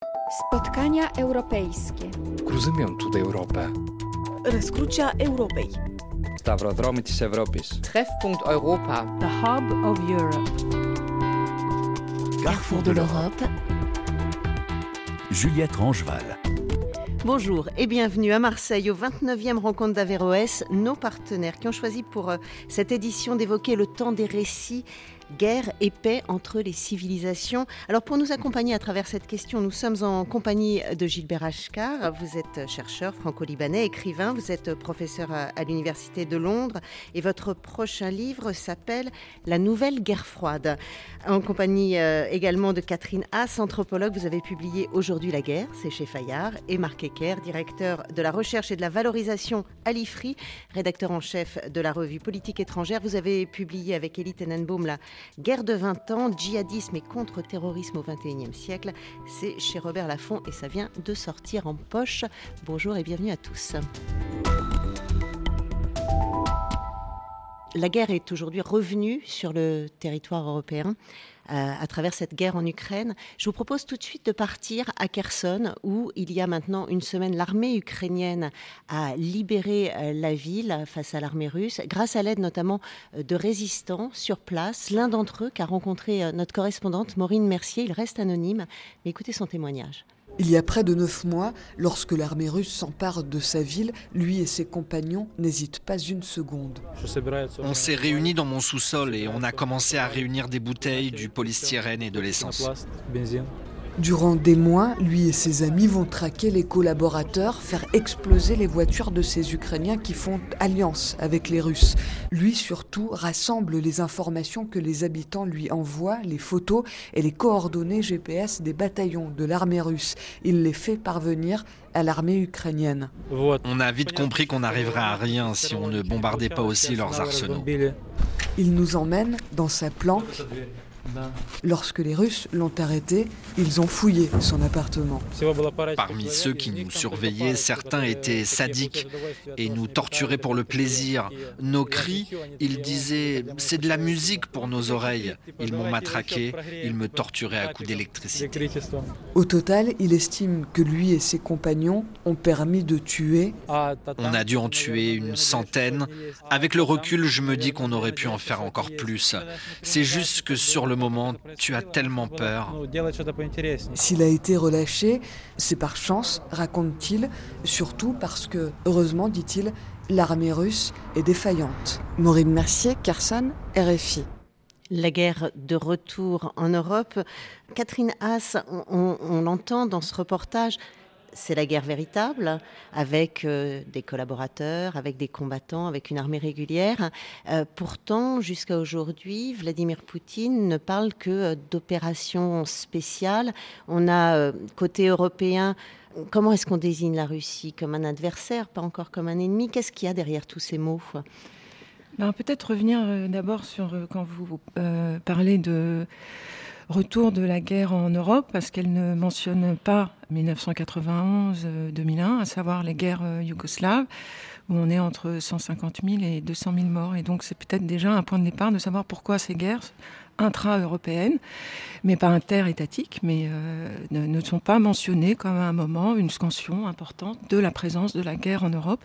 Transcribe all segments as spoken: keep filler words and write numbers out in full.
Spotkania europejskie. Cruzamentu d'Europa. Răscrucea Europei. Σταυροδρόμοι της Ευρώπης. Treffpunkt Europa. The Hub of Europe. Carrefour de l'Europe. Juliette Rangeval. Bonjour et bienvenue à Marseille, aux vingt-neuvième rencontres d'Averroès, nos partenaires qui ont choisi pour cette édition d'évoquer le temps des récits, guerre et paix entre les civilisations. Alors pour nous accompagner à travers cette question, nous sommes en compagnie de Gilbert Achcar. Vous êtes chercheur franco-libanais, écrivain, vous êtes professeur à l'Université de Londres et votre prochain livre s'appelle « La nouvelle guerre froide ». En compagnie également de Catherine Haas, anthropologue, vous avez publié « Aujourd'hui la guerre », c'est chez Fayard, et Marc Ecker, directeur de la recherche et de la valorisation à l'I F R I, rédacteur en chef de la revue Politique étrangère. Vous avez publié avec Elie Tenenbaum la Guerre de vingt ans, djihadisme et contre-terrorisme au vingt et unième siècle. C'est chez Robert Laffont et ça vient de sortir en poche. Bonjour et bienvenue à tous. La guerre est aujourd'hui revenue sur le territoire européen euh, à travers cette guerre en Ukraine. Je vous propose tout de suite de partir à Kherson, où il y a maintenant une semaine, l'armée ukrainienne a libéré euh, la ville face à l'armée russe, grâce à l'aide notamment euh, de résistants sur place. L'un d'entre eux qu'a rencontré euh, notre correspondante Maureen Mercier, il reste anonyme, mais écoutez son témoignage. Il y a près de neuf mois, lorsque l'armée russe s'empare de sa ville, lui et ses compagnons n'hésitent pas une seconde. On s'est réunis dans mon sous-sol et on a commencé à réunir des bouteilles, du polystyrène et de l'essence. Durant des mois, lui et ses amis vont traquer les collaborateurs, faire exploser les voitures de ces Ukrainiens qui font alliance avec les Russes. Lui, surtout, rassemble les informations que les habitants lui envoient, les photos et les coordonnées G P S des bataillons de l'armée russe. Il les fait parvenir à l'armée ukrainienne. On a vite compris qu'on n'arriverait à rien si on ne bombardait pas aussi leurs arsenaux. Il nous emmène dans sa planque. Lorsque les Russes l'ont arrêté, ils ont fouillé son appartement. Parmi ceux qui nous surveillaient, certains étaient sadiques et nous torturaient pour le plaisir. Nos cris, ils disaient « c'est de la musique pour nos oreilles ». Ils m'ont matraqué, ils me torturaient à coups d'électricité. Au total, il estime que lui et ses compagnons ont permis de tuer. On a dû en tuer une centaine. Avec le recul, je me dis qu'on aurait pu en faire encore plus. C'est juste que sur le moment, tu as tellement peur. S'il a été relâché, c'est par chance, raconte-t-il, surtout parce que, heureusement, dit-il, l'armée russe est défaillante. Maureen Mercier, Kherson, R F I. La guerre de retour en Europe. Catherine Haas, on, on, on l'entend dans ce reportage, c'est la guerre véritable, avec euh, des collaborateurs, avec des combattants, avec une armée régulière. Euh, pourtant, jusqu'à aujourd'hui, Vladimir Poutine ne parle que euh, d'opérations spéciales. On a, euh, côté européen, comment est-ce qu'on désigne la Russie ? Comme un adversaire, pas encore comme un ennemi ? Qu'est-ce qu'il y a derrière tous ces mots ? Ben, peut-être revenir euh, d'abord sur euh, quand vous euh, parlez de retour de la guerre en Europe, parce qu'elle ne mentionne pas dix-neuf cent quatre-vingt-onze deux mille un, à savoir les guerres euh, yougoslaves, où on est entre cent cinquante mille et deux cent mille morts. Et donc c'est peut-être déjà un point de départ de savoir pourquoi ces guerres intra-européennes, mais pas inter-étatiques, mais euh, ne, ne sont pas mentionnées comme à un moment une scansion importante de la présence de la guerre en Europe.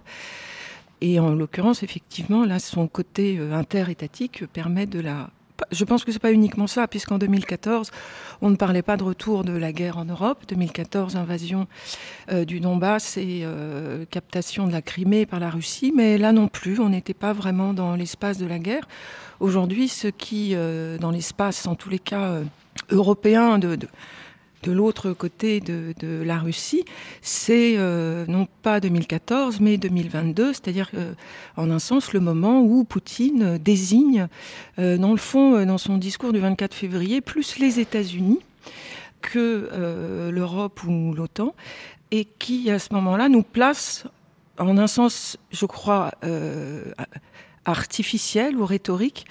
Et en l'occurrence, effectivement, là, son côté euh, inter-étatique permet de la... Je pense que c'est pas uniquement ça, puisqu'en deux mille quatorze, on ne parlait pas de retour de la guerre en Europe. deux mille quatorze, invasion euh, du Donbass et euh, captation de la Crimée par la Russie. Mais là non plus, on n'était pas vraiment dans l'espace de la guerre. Aujourd'hui, ce qui, euh, dans l'espace, en tous les cas, euh, européen de... de de l'autre côté de, de la Russie, c'est euh, non pas deux mille quatorze, mais deux mille vingt-deux, c'est-à-dire euh, en un sens le moment où Poutine désigne, euh, dans le fond, dans son discours du vingt-quatre février, plus les États-Unis que euh, l'Europe ou l'OTAN, et qui, à ce moment-là, nous place, en un sens, je crois, euh, artificiel ou rhétorique,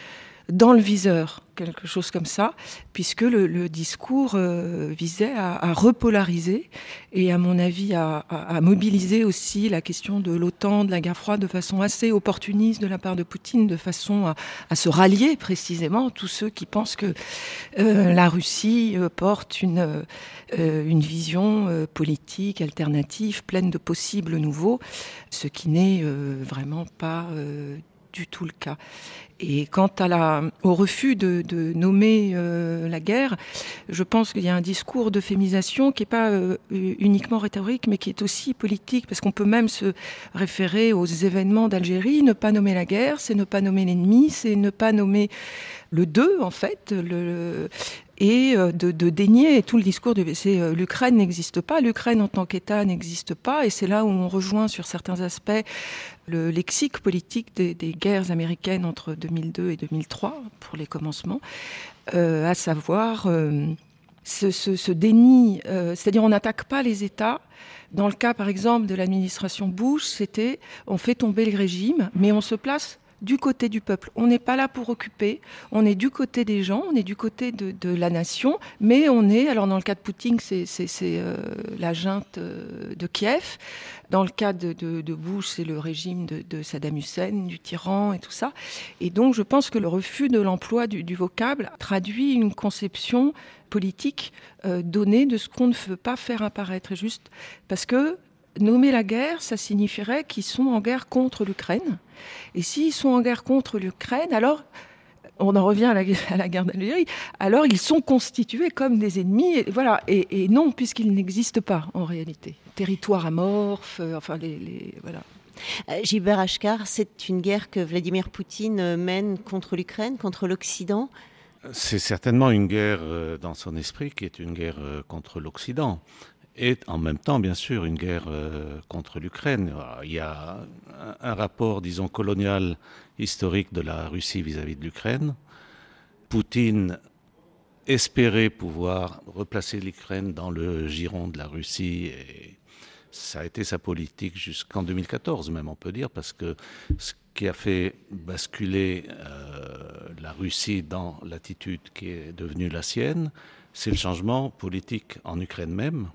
dans le viseur, quelque chose comme ça, puisque le, le discours euh, visait à, à repolariser et, à mon avis, à, à, à mobiliser aussi la question de l'OTAN, de la guerre froide, de façon assez opportuniste de la part de Poutine, de façon à, à se rallier précisément tous ceux qui pensent que euh, la Russie euh, porte une, euh, une vision euh, politique alternative, pleine de possibles nouveaux, ce qui n'est euh, vraiment pas euh, du tout le cas. Et quant à la, au refus de, de nommer euh, la guerre, je pense qu'il y a un discours d'euphémisation qui n'est pas euh, uniquement rhétorique, mais qui est aussi politique, parce qu'on peut même se référer aux événements d'Algérie. Ne pas nommer la guerre, c'est ne pas nommer l'ennemi, c'est ne pas nommer le deux, en fait, le, et de, de dénier tout le discours de c'est, euh, l'Ukraine n'existe pas, l'Ukraine en tant qu'État n'existe pas, et c'est là où on rejoint sur certains aspects le lexique politique des, des guerres américaines entre deux mille deux et deux mille trois, pour les commencements, euh, à savoir euh, ce, ce, ce déni, euh, c'est-à-dire on n'attaque pas les États. Dans le cas, par exemple, de l'administration Bush, c'était on fait tomber le régime, mais on se place du côté du peuple. On n'est pas là pour occuper, on est du côté des gens, on est du côté de, de la nation, mais on est, alors dans le cas de Poutine, c'est, c'est, c'est euh, la junte euh, de Kiev, dans le cas de, de, de Bush, c'est le régime de, de Saddam Hussein, du tyran et tout ça. Et donc je pense que le refus de l'emploi du, du vocable traduit une conception politique euh, donnée de ce qu'on ne veut pas faire apparaître, et juste parce que nommer la guerre, ça signifierait qu'ils sont en guerre contre l'Ukraine. Et s'ils sont en guerre contre l'Ukraine, alors, on en revient à la, à la guerre d'Algérie, alors ils sont constitués comme des ennemis. Et, voilà. et, et non, puisqu'ils n'existent pas en réalité. Territoire amorphe, euh, enfin les... les voilà. Euh, Gilbert Achcar, c'est une guerre que Vladimir Poutine mène contre l'Ukraine, contre l'Occident. C'est certainement une guerre euh, dans son esprit qui est une guerre euh, contre l'Occident. Et en même temps, bien sûr, une guerre euh, contre l'Ukraine. Il y a un, un rapport, disons, colonial, historique de la Russie vis-à-vis de l'Ukraine. Poutine espérait pouvoir replacer l'Ukraine dans le giron de la Russie, et ça a été sa politique jusqu'en deux mille quatorze, même, on peut dire, parce que ce qui a fait basculer euh, la Russie dans l'attitude qui est devenue la sienne, c'est le changement politique en Ukraine même,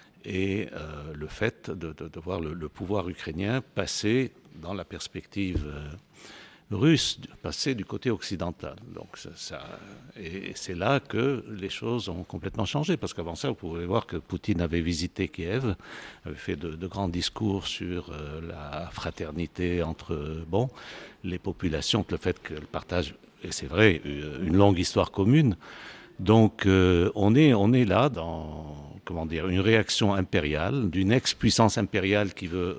et euh, le fait de, de, de voir le, le pouvoir ukrainien passer dans la perspective euh, russe, passer du côté occidental. Donc ça, ça, et c'est là que les choses ont complètement changé, parce qu'avant ça, vous pouvez voir que Poutine avait visité Kiev, avait fait de, de grands discours sur euh, la fraternité entre euh, bon, les populations, le fait qu'elles partagent, et c'est vrai, une longue histoire commune. Donc euh, on est, on est là dans... comment dire, une réaction impériale, d'une ex-puissance impériale qui veut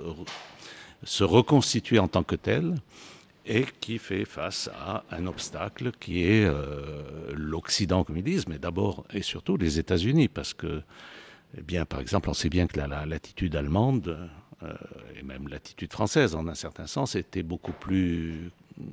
se reconstituer en tant que telle et qui fait face à un obstacle qui est euh, l'Occident, comme ils disent, mais d'abord et surtout les États-Unis, parce que, eh bien, par exemple, on sait bien que la, la, l'attitude allemande, euh, et même l'attitude française, en un certain sens, était beaucoup plus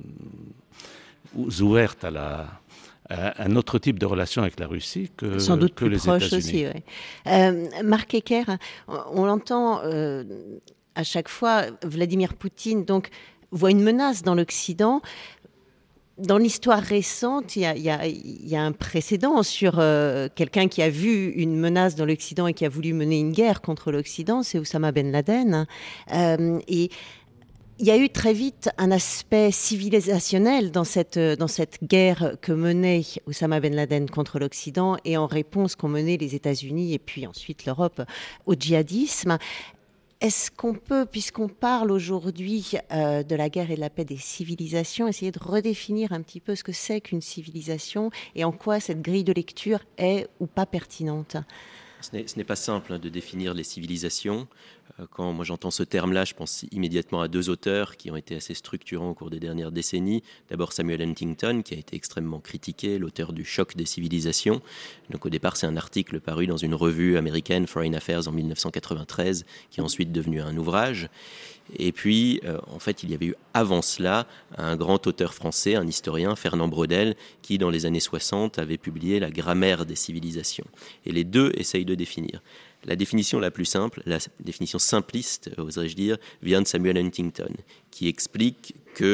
ouverte à la... un autre type de relation avec la Russie que, Sans doute que plus les proche États-Unis. aussi, ouais. euh, Marc Hecker, on, on l'entend euh, à chaque fois, Vladimir Poutine donc, voit une menace dans l'Occident. Dans l'histoire récente, il y a, il y a, il y a un précédent sur euh, quelqu'un qui a vu une menace dans l'Occident et qui a voulu mener une guerre contre l'Occident, c'est Oussama Ben Laden. Euh, et il y a eu très vite un aspect civilisationnel dans cette, dans cette guerre que menait Oussama Ben Laden contre l'Occident et en réponse qu'ont mené les États-Unis et puis ensuite l'Europe au djihadisme. Est-ce qu'on peut, puisqu'on parle aujourd'hui euh, de la guerre et de la paix des civilisations, essayer de redéfinir un petit peu ce que c'est qu'une civilisation et en quoi cette grille de lecture est ou pas pertinente ? Ce n'est, ce n'est pas simple hein, de définir les civilisations. Quand moi j'entends ce terme-là, je pense immédiatement à deux auteurs qui ont été assez structurants au cours des dernières décennies. D'abord Samuel Huntington, qui a été extrêmement critiqué, l'auteur du Choc des civilisations. Donc au départ, c'est un article paru dans une revue américaine, Foreign Affairs, en dix-neuf cent quatre-vingt-treize, qui est ensuite devenu un ouvrage. Et puis, euh, en fait, il y avait eu avant cela un grand auteur français, un historien, Fernand Braudel, qui, dans les années soixante, avait publié La grammaire des civilisations. Et les deux essayent de définir. La définition la plus simple, la définition simpliste, oserais-je dire, vient de Samuel Huntington, qui explique que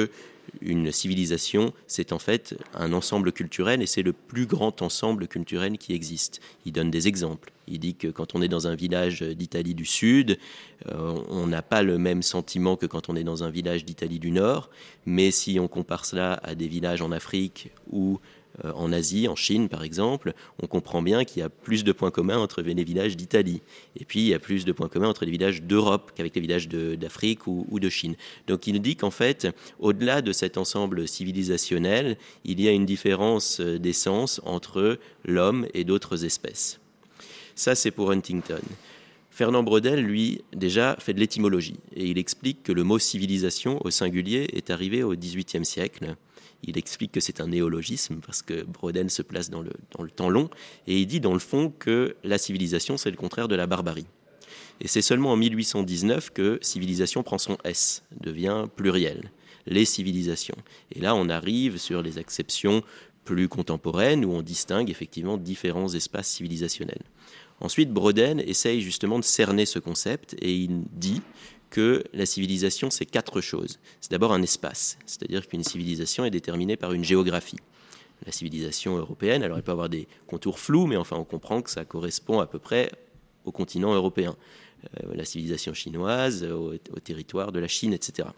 une civilisation, c'est en fait un ensemble culturel et c'est le plus grand ensemble culturel qui existe. Il donne des exemples. Il dit que quand on est dans un village d'Italie du Sud, euh, on n'a pas le même sentiment que quand on est dans un village d'Italie du Nord, mais si on compare cela à des villages en Afrique ou euh, en Asie, en Chine par exemple, on comprend bien qu'il y a plus de points communs entre les villages d'Italie. Et puis il y a plus de points communs entre les villages d'Europe qu'avec les villages de, d'Afrique ou, ou de Chine. Donc il dit qu'en fait, au-delà de cet ensemble civilisationnel, il y a une différence d'essence entre l'homme et d'autres espèces. Ça, c'est pour Huntington. Fernand Braudel, lui, déjà, fait de l'étymologie. Et il explique que le mot civilisation, au singulier, est arrivé au dix-huitième siècle. Il explique que c'est un néologisme, parce que Braudel se place dans le, dans le temps long. Et il dit, dans le fond, que la civilisation, c'est le contraire de la barbarie. Et c'est seulement en mille huit cent dix-neuf que civilisation prend son S, devient pluriel. Les civilisations. Et là, on arrive sur les acceptions plus contemporaines, où on distingue effectivement différents espaces civilisationnels. Ensuite, Braudel essaye justement de cerner ce concept et il dit que la civilisation, c'est quatre choses. C'est d'abord un espace, c'est-à-dire qu'une civilisation est déterminée par une géographie. La civilisation européenne, alors elle peut avoir des contours flous, mais enfin on comprend que ça correspond à peu près au continent européen. Euh, la civilisation chinoise, au, au territoire de la Chine, et cetera.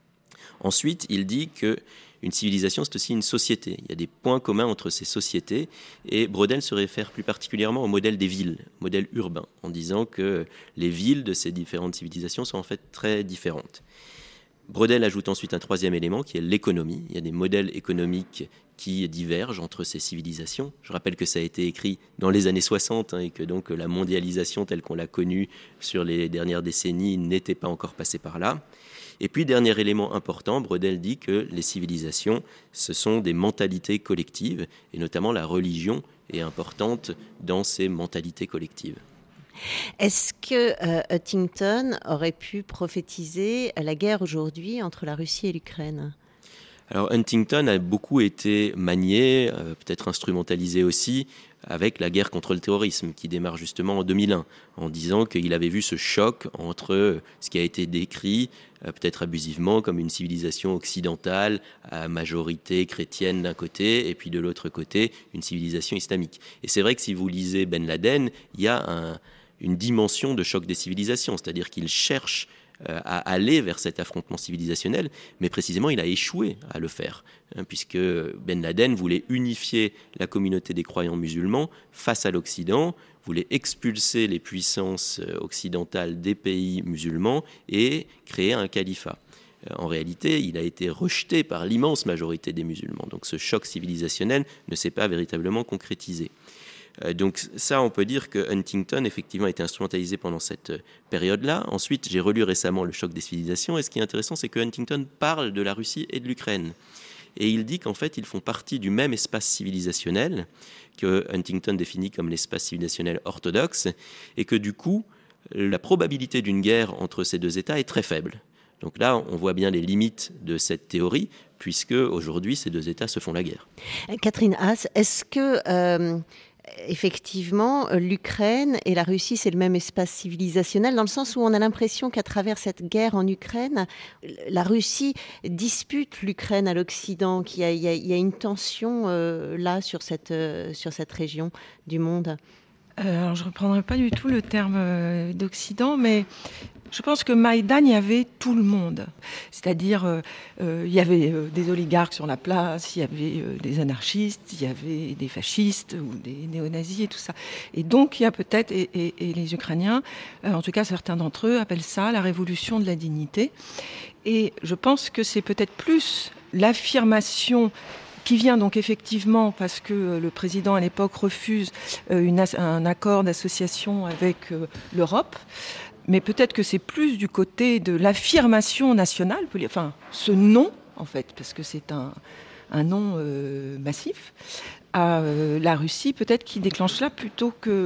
Ensuite, il dit que une civilisation, c'est aussi une société. Il y a des points communs entre ces sociétés. Et Braudel se réfère plus particulièrement au modèle des villes, au modèle urbain, en disant que les villes de ces différentes civilisations sont en fait très différentes. Braudel ajoute ensuite un troisième élément qui est l'économie. Il y a des modèles économiques qui divergent entre ces civilisations. Je rappelle que ça a été écrit dans les années soixante hein, et que donc la mondialisation telle qu'on l'a connue sur les dernières décennies n'était pas encore passée par là. Et puis, dernier élément important, Braudel dit que les civilisations, ce sont des mentalités collectives, et notamment la religion est importante dans ces mentalités collectives. Est-ce que euh, Huntington aurait pu prophétiser la guerre aujourd'hui entre la Russie et l'Ukraine ? Alors Huntington a beaucoup été manié, euh, peut-être instrumentalisé aussi, avec la guerre contre le terrorisme qui démarre justement en deux mille un, en disant qu'il avait vu ce choc entre ce qui a été décrit, euh, peut-être abusivement, comme une civilisation occidentale à majorité chrétienne d'un côté, et puis de l'autre côté, une civilisation islamique. Et c'est vrai que si vous lisez Ben Laden, il y a un, une dimension de choc des civilisations, c'est-à-dire qu'il cherche à aller vers cet affrontement civilisationnel, mais précisément il a échoué à le faire, hein, puisque Ben Laden voulait unifier la communauté des croyants musulmans face à l'Occident, voulait expulser les puissances occidentales des pays musulmans et créer un califat. En réalité, il a été rejeté par l'immense majorité des musulmans, donc ce choc civilisationnel ne s'est pas véritablement concrétisé. Donc ça, on peut dire que Huntington, effectivement, a été instrumentalisé pendant cette période-là. Ensuite, j'ai relu récemment Le choc des civilisations, et ce qui est intéressant, c'est que Huntington parle de la Russie et de l'Ukraine. Et il dit qu'en fait, ils font partie du même espace civilisationnel que Huntington définit comme l'espace civilisationnel orthodoxe, et que du coup, la probabilité d'une guerre entre ces deux États est très faible. Donc là, on voit bien les limites de cette théorie, puisque aujourd'hui, ces deux États se font la guerre. Catherine Haas, est-ce que... Euh... Effectivement, l'Ukraine et la Russie, c'est le même espace civilisationnel, dans le sens où on a l'impression qu'à travers cette guerre en Ukraine, la Russie dispute l'Ukraine à l'Occident, qu'il y a, il y a, il y a une tension euh, là sur cette, euh, sur cette région du monde. Euh, alors, je ne reprendrai pas du tout le terme euh, d'Occident, mais je pense que Maïdan, il y avait tout le monde. C'est-à-dire, euh, euh, il y avait euh, des oligarques sur la place, il y avait euh, des anarchistes, il y avait des fascistes ou des néo-nazis et tout ça. Et donc, il y a peut-être, et, et, et les Ukrainiens, euh, en tout cas certains d'entre eux, appellent ça la révolution de la dignité. Et je pense que c'est peut-être plus l'affirmation qui vient donc effectivement parce que le président à l'époque refuse une, un accord d'association avec l'Europe, mais peut-être que c'est plus du côté de l'affirmation nationale, enfin ce nom en fait, parce que c'est un, un nom euh, massif, à euh, la Russie peut-être qui déclenche là plutôt que...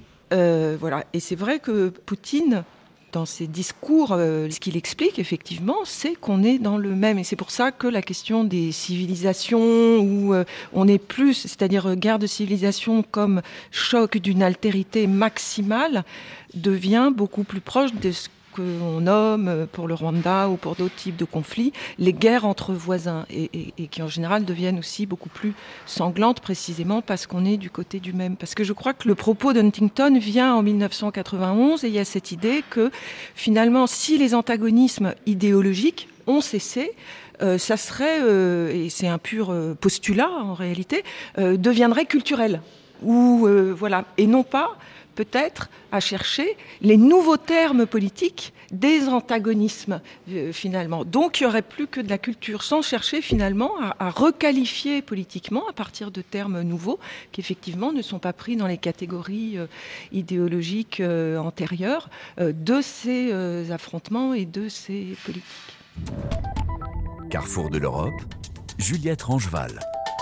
Euh, voilà. Et c'est vrai que Poutine... Dans ses discours, euh, ce qu'il explique, effectivement, c'est qu'on est dans le même. Et c'est pour ça que la question des civilisations, où euh, on est plus, c'est-à-dire euh, guerre de civilisation comme choc d'une altérité maximale, devient beaucoup plus proche de ce qu'on nomme pour le Rwanda ou pour d'autres types de conflits, les guerres entre voisins, et, et, et qui en général deviennent aussi beaucoup plus sanglantes, précisément parce qu'on est du côté du même. Parce que je crois que le propos d'Huntington vient en mille neuf cent quatre-vingt-onze, et il y a cette idée que finalement, si les antagonismes idéologiques ont cessé, euh, ça serait, euh, et c'est un pur euh, postulat en réalité, euh, deviendrait culturel. Ou, euh, voilà, et non pas peut-être à chercher les nouveaux termes politiques des antagonismes, euh, finalement. Donc, il n'y aurait plus que de la culture, sans chercher, finalement, à, à requalifier politiquement, à partir de termes nouveaux, qui, effectivement, ne sont pas pris dans les catégories euh, idéologiques euh, antérieures euh, de ces euh, affrontements et de ces politiques. Carrefour de l'Europe, Juliette Rangeval.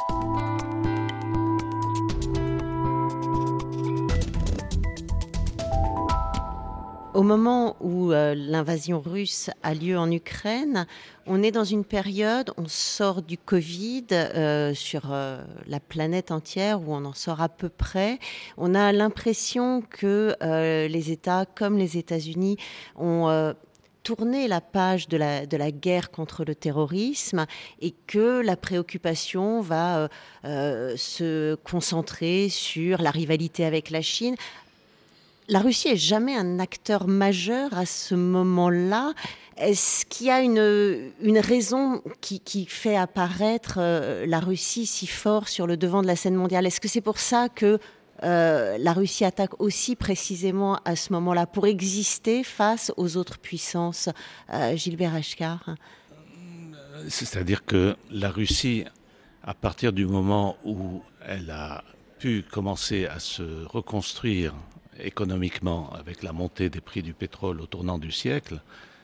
Au moment où euh, l'invasion russe a lieu en Ukraine, on est dans une période, on sort du Covid euh, sur euh, la planète entière, où on en sort à peu près. On a l'impression que euh, les États, comme les États-Unis, ont euh, tourné la page de la, de la guerre contre le terrorisme, et que la préoccupation va euh, euh, se concentrer sur la rivalité avec la Chine. La Russie est jamais un acteur majeur à ce moment-là. Est-ce qu'il y a une, une raison qui, qui fait apparaître euh, la Russie si fort sur le devant de la scène mondiale? Est-ce que c'est pour ça que euh, la Russie attaque aussi précisément à ce moment-là, pour exister face aux autres puissances? euh, Gilbert Achcar. C'est-à-dire que la Russie, à partir du moment où elle a pu commencer à se reconstruire économiquement, avec la montée des prix du pétrole au tournant du siècle,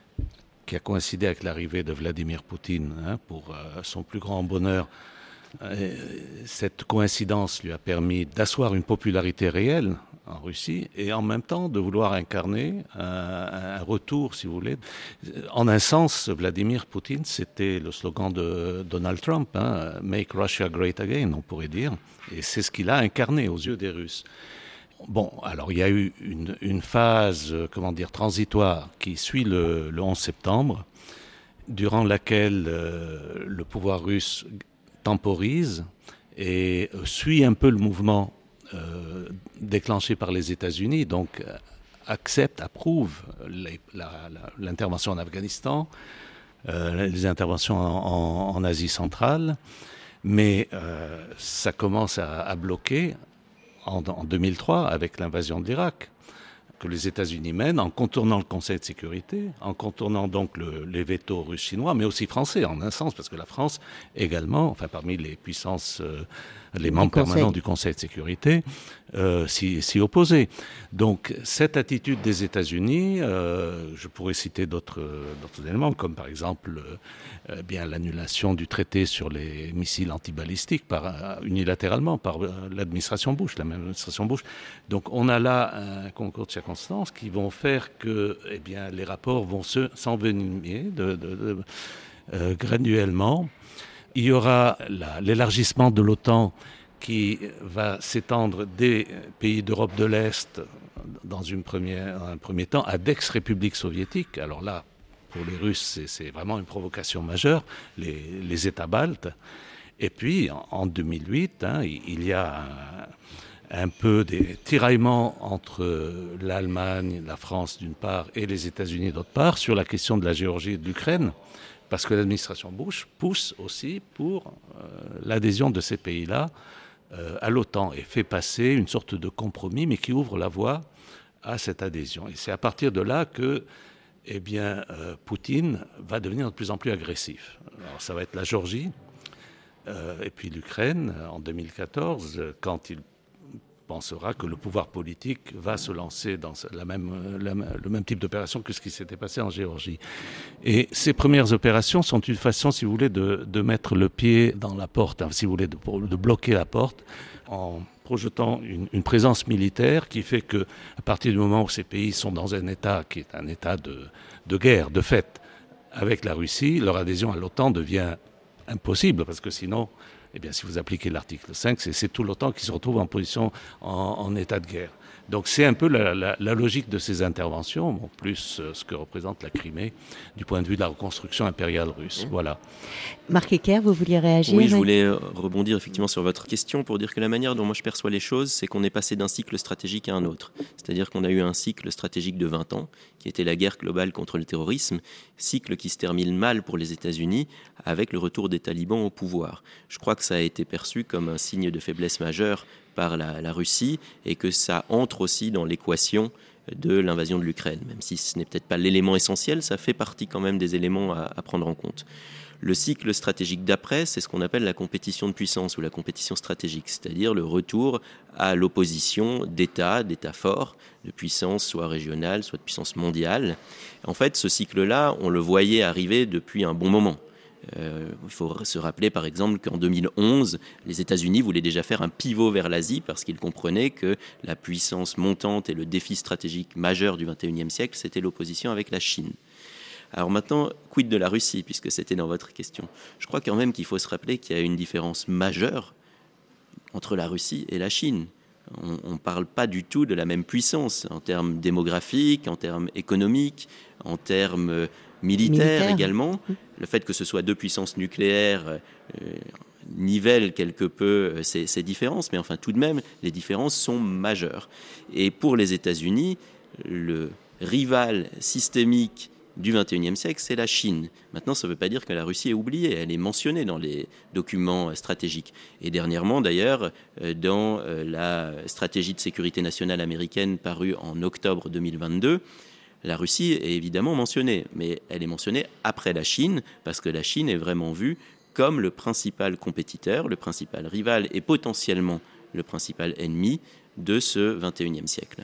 qui a coïncidé avec l'arrivée de Vladimir Poutine, hein, pour euh, son plus grand bonheur. Euh, cette coïncidence lui a permis d'asseoir une popularité réelle en Russie, et en même temps de vouloir incarner un, un retour, si vous voulez. En un sens, Vladimir Poutine, c'était le slogan de Donald Trump, hein, « Make Russia Great Again », on pourrait dire, et c'est ce qu'il a incarné aux yeux des Russes. Bon, alors il y a eu une, une phase, comment dire, transitoire qui suit le, le onze septembre, durant laquelle euh, le pouvoir russe temporise et euh, suit un peu le mouvement euh, déclenché par les États-Unis, donc euh, accepte, approuve les, la, la, l'intervention en Afghanistan, euh, les interventions en, en, en Asie centrale, mais euh, ça commence à, à bloquer en, en deux mille trois avec l'invasion de l'Irak, que les États-Unis mènent en contournant le Conseil de sécurité, en contournant donc le, les vétos russes chinois, mais aussi français en un sens, parce que la France également, enfin parmi les puissances, euh, les membres permanents du Conseil de sécurité, euh, s'y, s'y opposaient. Donc cette attitude des États-Unis, euh, je pourrais citer d'autres, d'autres éléments, comme par exemple euh, bien l'annulation du traité sur les missiles antibalistiques par, euh, unilatéralement par euh, l'administration Bush, la même administration Bush. Donc on a là un concours de circonstances qui vont faire que eh bien, les rapports vont se, s'envenimer de, de, de, euh, graduellement. Il y aura la, l'élargissement de l'OTAN qui va s'étendre des pays d'Europe de l'Est dans une première, un premier temps à d'ex-républiques soviétiques. Alors là, pour les Russes, c'est, c'est vraiment une provocation majeure, les, les États baltes. Et puis, en, en deux mille huit, hein, il y a un, un peu des tiraillements entre l'Allemagne, la France d'une part, et les États-Unis d'autre part, sur la question de la Géorgie et de l'Ukraine, parce que l'administration Bush pousse aussi pour euh, l'adhésion de ces pays-là euh, à l'OTAN et fait passer une sorte de compromis, mais qui ouvre la voie à cette adhésion. Et c'est à partir de là que eh bien, euh, Poutine va devenir de plus en plus agressif. Alors, ça va être la Géorgie euh, et puis l'Ukraine en deux mille quatorze, quand il pensera que le pouvoir politique va se lancer dans la même, la, le même type d'opération que ce qui s'était passé en Géorgie. Et ces premières opérations sont une façon, si vous voulez, de, de mettre le pied dans la porte, hein, si vous voulez, de, de bloquer la porte en projetant une, une présence militaire qui fait que, à partir du moment où ces pays sont dans un état qui est un état de, de guerre, de fait, avec la Russie, leur adhésion à l'OTAN devient impossible, parce que sinon, eh bien, si vous appliquez l'article cinq, c'est, c'est tout l'OTAN qui se retrouve en position, en, en état de guerre. Donc c'est un peu la, la, la logique de ces interventions, bon, plus euh, ce que représente la Crimée du point de vue de la reconstruction impériale russe. Mmh. Voilà. Marc Hecker, vous vouliez réagir? Oui, je voulais rebondir effectivement sur votre question pour dire que la manière dont moi je perçois les choses, c'est qu'on est passé d'un cycle stratégique à un autre. C'est-à-dire qu'on a eu un cycle stratégique de vingt ans, qui était la guerre globale contre le terrorisme, cycle qui se termine mal pour les États-Unis avec le retour des talibans au pouvoir. Je crois que ça a été perçu comme un signe de faiblesse majeure par la, la Russie et que ça entre aussi dans l'équation de l'invasion de l'Ukraine. Même si ce n'est peut-être pas l'élément essentiel, ça fait partie quand même des éléments à, à prendre en compte. Le cycle stratégique d'après, c'est ce qu'on appelle la compétition de puissance ou la compétition stratégique, c'est-à-dire le retour à l'opposition d'États, d'États forts, de puissance soit régionale, soit de puissance mondiale. En fait, ce cycle-là, on le voyait arriver depuis un bon moment. Euh, il faut se rappeler par exemple qu'en deux mille onze, les États-Unis voulaient déjà faire un pivot vers l'Asie parce qu'ils comprenaient que la puissance montante et le défi stratégique majeur du vingt et unième siècle, c'était l'opposition avec la Chine. Alors maintenant, quid de la Russie, puisque c'était dans votre question? Je crois quand même qu'il faut se rappeler qu'il y a une différence majeure entre la Russie et la Chine. On ne parle pas du tout de la même puissance en termes démographiques, en termes économiques, en termes militaires Militaire. également. Le fait que ce soit deux puissances nucléaires euh, nivelle quelque peu ces, ces différences, mais enfin tout de même, les différences sont majeures. Et pour les États-Unis, le rival systémique du vingt et unième siècle, c'est la Chine. Maintenant, ça ne veut pas dire que la Russie est oubliée, elle est mentionnée dans les documents stratégiques. Et dernièrement, d'ailleurs, dans la stratégie de sécurité nationale américaine parue en octobre deux mille vingt-deux, la Russie est évidemment mentionnée, mais elle est mentionnée après la Chine, parce que la Chine est vraiment vue comme le principal compétiteur, le principal rival et potentiellement le principal ennemi de ce vingt et unième siècle.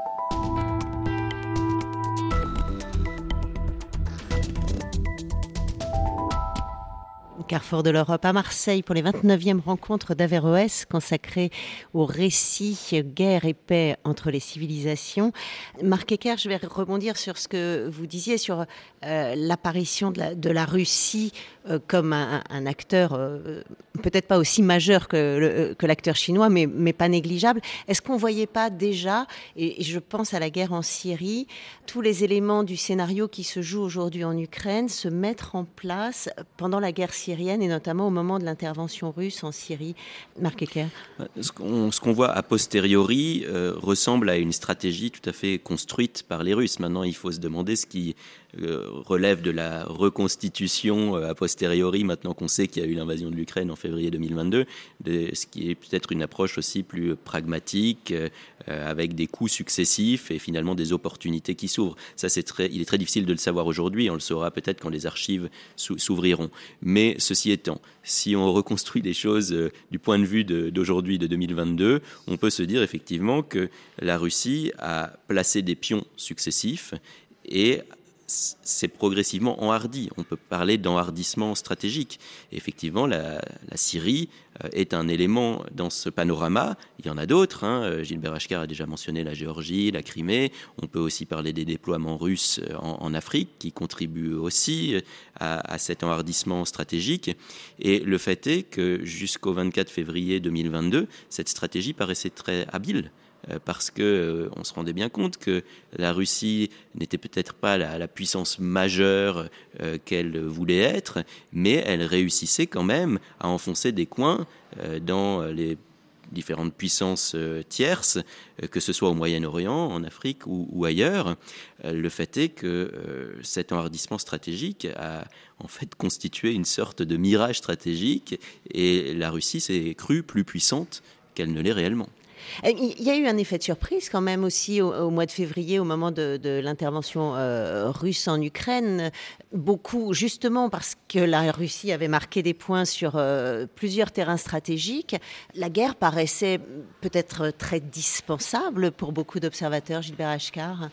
Carrefour de l'Europe à Marseille pour les vingt-neuvièmes rencontres d'Averroès consacrées au récit guerre et paix entre les civilisations. Marc Hecker, je vais rebondir sur ce que vous disiez sur euh, l'apparition de la, de la Russie euh, comme un, un acteur euh, peut-être pas aussi majeur que, le, que l'acteur chinois, mais, mais pas négligeable. Est-ce qu'on ne voyait pas déjà, et, et je pense à la guerre en Syrie, tous les éléments du scénario qui se joue aujourd'hui en Ukraine se mettre en place pendant la guerre syrienne et notamment au moment de l'intervention russe en Syrie? Marc Hecker. Ce qu'on, ce qu'on voit a posteriori euh, ressemble à une stratégie tout à fait construite par les Russes. Maintenant, il faut se demander ce qui euh, relève de la reconstitution euh, a posteriori, maintenant qu'on sait qu'il y a eu l'invasion de l'Ukraine en février deux mille vingt-deux, de, ce qui est peut-être une approche aussi plus pragmatique, euh, avec des coups successifs et finalement des opportunités qui s'ouvrent. Ça, c'est très, il est très difficile de le savoir aujourd'hui, on le saura peut-être quand les archives sou- s'ouvriront. Mais ceci étant, si on reconstruit les choses euh, du point de vue de, d'aujourd'hui, de deux mille vingt-deux, on peut se dire effectivement que la Russie a placé des pions successifs et c'est progressivement enhardi. On peut parler d'enhardissement stratégique. Et effectivement, la, la Syrie est un élément dans ce panorama. Il y en a d'autres. Hein. Gilbert Achcar a déjà mentionné la Géorgie, la Crimée. On peut aussi parler des déploiements russes en, en Afrique qui contribuent aussi à, à cet enhardissement stratégique. Et le fait est que jusqu'au vingt-quatre février deux mille vingt-deux, cette stratégie paraissait très habile. Parce qu'on euh, se rendait bien compte que la Russie n'était peut-être pas la, la puissance majeure euh, qu'elle voulait être, mais elle réussissait quand même à enfoncer des coins euh, dans les différentes puissances euh, tierces, euh, que ce soit au Moyen-Orient, en Afrique ou, ou ailleurs. Euh, le fait est que euh, cet enhardissement stratégique a en fait constitué une sorte de mirage stratégique et la Russie s'est crue plus puissante qu'elle ne l'est réellement. Il y a eu un effet de surprise quand même aussi au, au mois de février, au moment de, de l'intervention euh, russe en Ukraine. Beaucoup, justement parce que la Russie avait marqué des points sur euh, plusieurs terrains stratégiques. La guerre paraissait peut-être très dispensable pour beaucoup d'observateurs. Gilbert Achcar.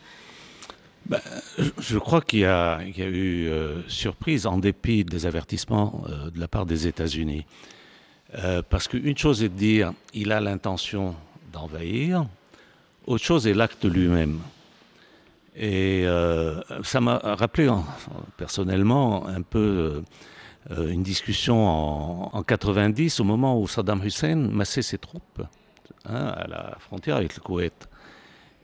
Ben, je crois qu'il y a, il y a eu euh, surprise en dépit des avertissements euh, de la part des États-Unis. Euh, parce qu'une chose est de dire il a l'intention d'envahir, autre chose est l'acte lui-même. Et euh, ça m'a rappelé en, personnellement un peu euh, une discussion en, en quatre-vingt-dix, au moment où Saddam Hussein massait ses troupes hein, à la frontière avec le Koweït.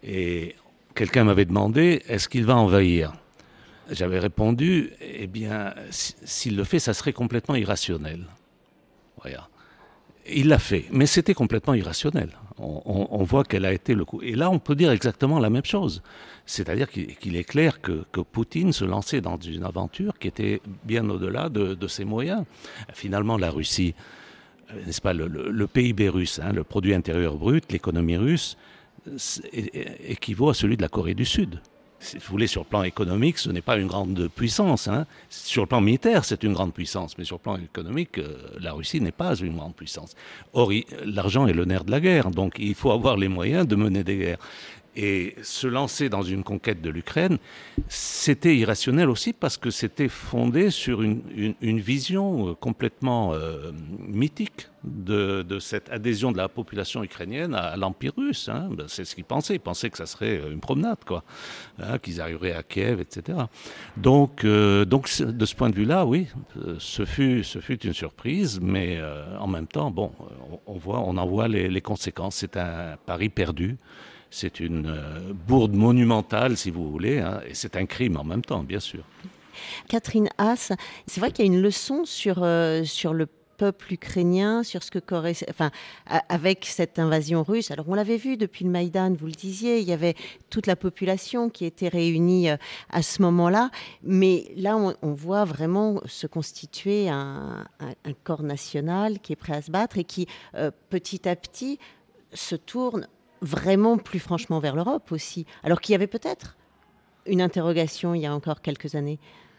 Et quelqu'un m'avait demandé, est-ce qu'il va envahir ? J'avais répondu, eh bien, s'il le fait, ça serait complètement irrationnel. Voilà. Il l'a fait, mais c'était complètement irrationnel. On, on, on voit quel a été le coup. Et là, on peut dire exactement la même chose. C'est-à-dire qu'il, qu'il est clair que, que Poutine se lançait dans une aventure qui était bien au-delà de, de ses moyens. Finalement, la Russie, n'est-ce pas, le, le, le P I B russe, hein, le produit intérieur brut, l'économie russe, équivaut à celui de la Corée du Sud. Si vous voulez, sur le plan économique, ce n'est pas une grande puissance. Hein. Sur le plan militaire, c'est une grande puissance, mais sur le plan économique, euh, la Russie n'est pas une grande puissance. Or, il, l'argent est le nerf de la guerre, donc il faut avoir les moyens de mener des guerres. Et se lancer dans une conquête de l'Ukraine, c'était irrationnel aussi parce que c'était fondé sur une, une, une vision complètement euh, mythique de, de cette adhésion de la population ukrainienne à, à l'Empire russe. Hein. Ben, c'est ce qu'ils pensaient. Ils pensaient que ça serait une promenade, quoi, hein, qu'ils arriveraient à Kiev, et cetera. Donc, euh, donc de ce point de vue-là, oui, ce fut, ce fut une surprise, mais euh, en même temps, bon, on, on, voit, on en voit les, les conséquences. C'est un pari perdu. C'est une euh, bourde monumentale, si vous voulez, hein, et c'est un crime en même temps, bien sûr. Catherine Haas, c'est vrai qu'il y a une leçon sur, euh, sur le peuple ukrainien, sur ce que correspond, enfin, avec cette invasion russe. Alors, on l'avait vu depuis le Maïdan, vous le disiez, il y avait toute la population qui était réunie à ce moment-là, mais là, on, on voit vraiment se constituer un, un, un corps national qui est prêt à se battre et qui, euh, petit à petit, se tourne vraiment plus franchement vers l'Europe aussi, alors qu'il y avait peut-être une interrogation il y a encore quelques années.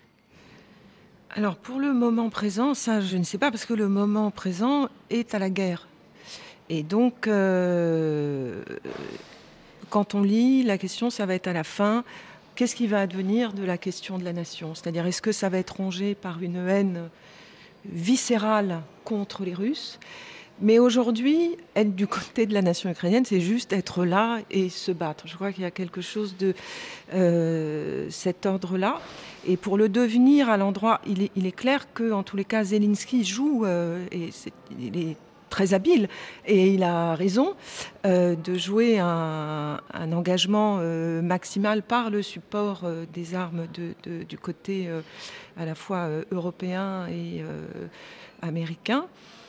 Alors pour le moment présent, ça je ne sais pas, parce que le moment présent est à la guerre. Et donc, euh, quand on lit, la question, ça va être à la fin, qu'est-ce qui va advenir de la question de la nation ? C'est-à-dire, est-ce que ça va être rongé par une haine viscérale contre les Russes ? Mais aujourd'hui, être du côté de la nation ukrainienne, c'est juste être là et se battre. Je crois qu'il y a quelque chose de euh, cet ordre-là. Et pour le devenir à l'endroit, il est, il est clair qu'en tous les cas, Zelensky joue, euh, et c'est, il est très habile, et il a raison euh, de jouer un, un engagement euh, maximal par le support euh, des armes de, de, du côté euh, à la fois euh, européen et euh, américain.